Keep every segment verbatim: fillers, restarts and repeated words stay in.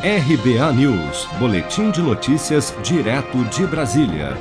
R B A News, boletim de notícias direto de Brasília.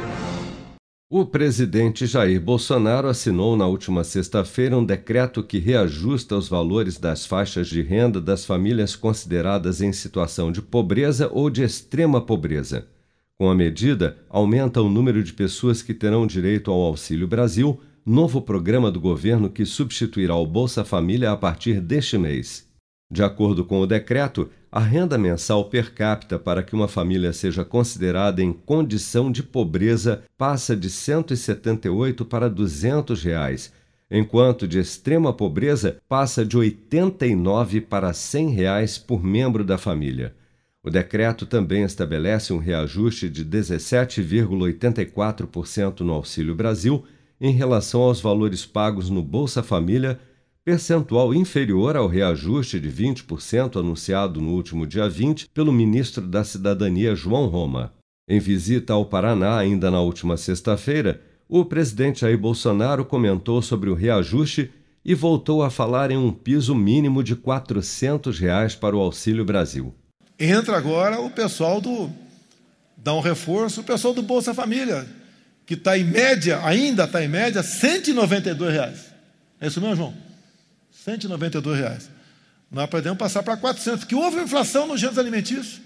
O presidente Jair Bolsonaro assinou na última sexta-feira um decreto que reajusta os valores das faixas de renda das famílias consideradas em situação de pobreza ou de extrema pobreza. Com a medida, aumenta o número de pessoas que terão direito ao Auxílio Brasil, novo programa do governo que substituirá o Bolsa Família a partir deste mês. De acordo com o decreto, a renda mensal per capita para que uma família seja considerada em condição de pobreza passa de cento e setenta e oito para duzentos reais, enquanto de extrema pobreza passa de oitenta e nove para cem reais por membro da família. O decreto também estabelece um reajuste de dezessete vírgula oitenta e quatro por cento no Auxílio Brasil em relação aos valores pagos no Bolsa Família, percentual inferior ao reajuste de vinte por cento anunciado no último dia vinte pelo ministro da Cidadania, João Roma. Em visita ao Paraná, ainda na última sexta-feira, o presidente Jair Bolsonaro comentou sobre o reajuste e voltou a falar em um piso mínimo de quatrocentos reais para o Auxílio Brasil. Entra agora o pessoal do... dá um reforço, o pessoal do Bolsa Família, que está em média, ainda está em média, cento e noventa e dois reais. É isso mesmo, João? cento e noventa e dois reais. Nós podemos passar para quatrocentos, porque houve inflação nos gêneros alimentícios.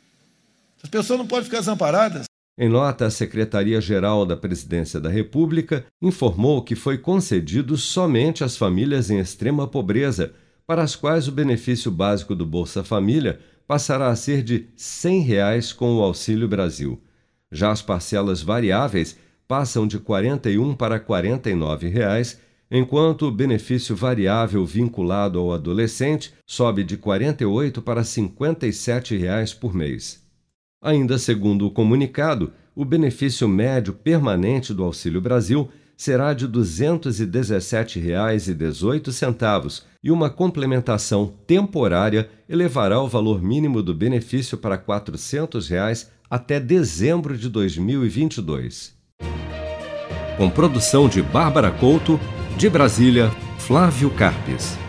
As pessoas não podem ficar desamparadas. Em nota, a Secretaria-Geral da Presidência da República informou que foi concedido somente às famílias em extrema pobreza, para as quais o benefício básico do Bolsa Família passará a ser de cem reais com o Auxílio Brasil. Já as parcelas variáveis passam de quarenta e um para quarenta e nove reais, enquanto o benefício variável vinculado ao adolescente sobe de quarenta e oito para cinquenta e sete reais por mês. Ainda segundo o comunicado, o benefício médio permanente do Auxílio Brasil será de duzentos e dezessete reais e dezoito centavos e uma complementação temporária elevará o valor mínimo do benefício para quatrocentos reais até dezembro de dois mil e vinte e dois. Com produção de Bárbara Couto, de Brasília, Flávio Carpes.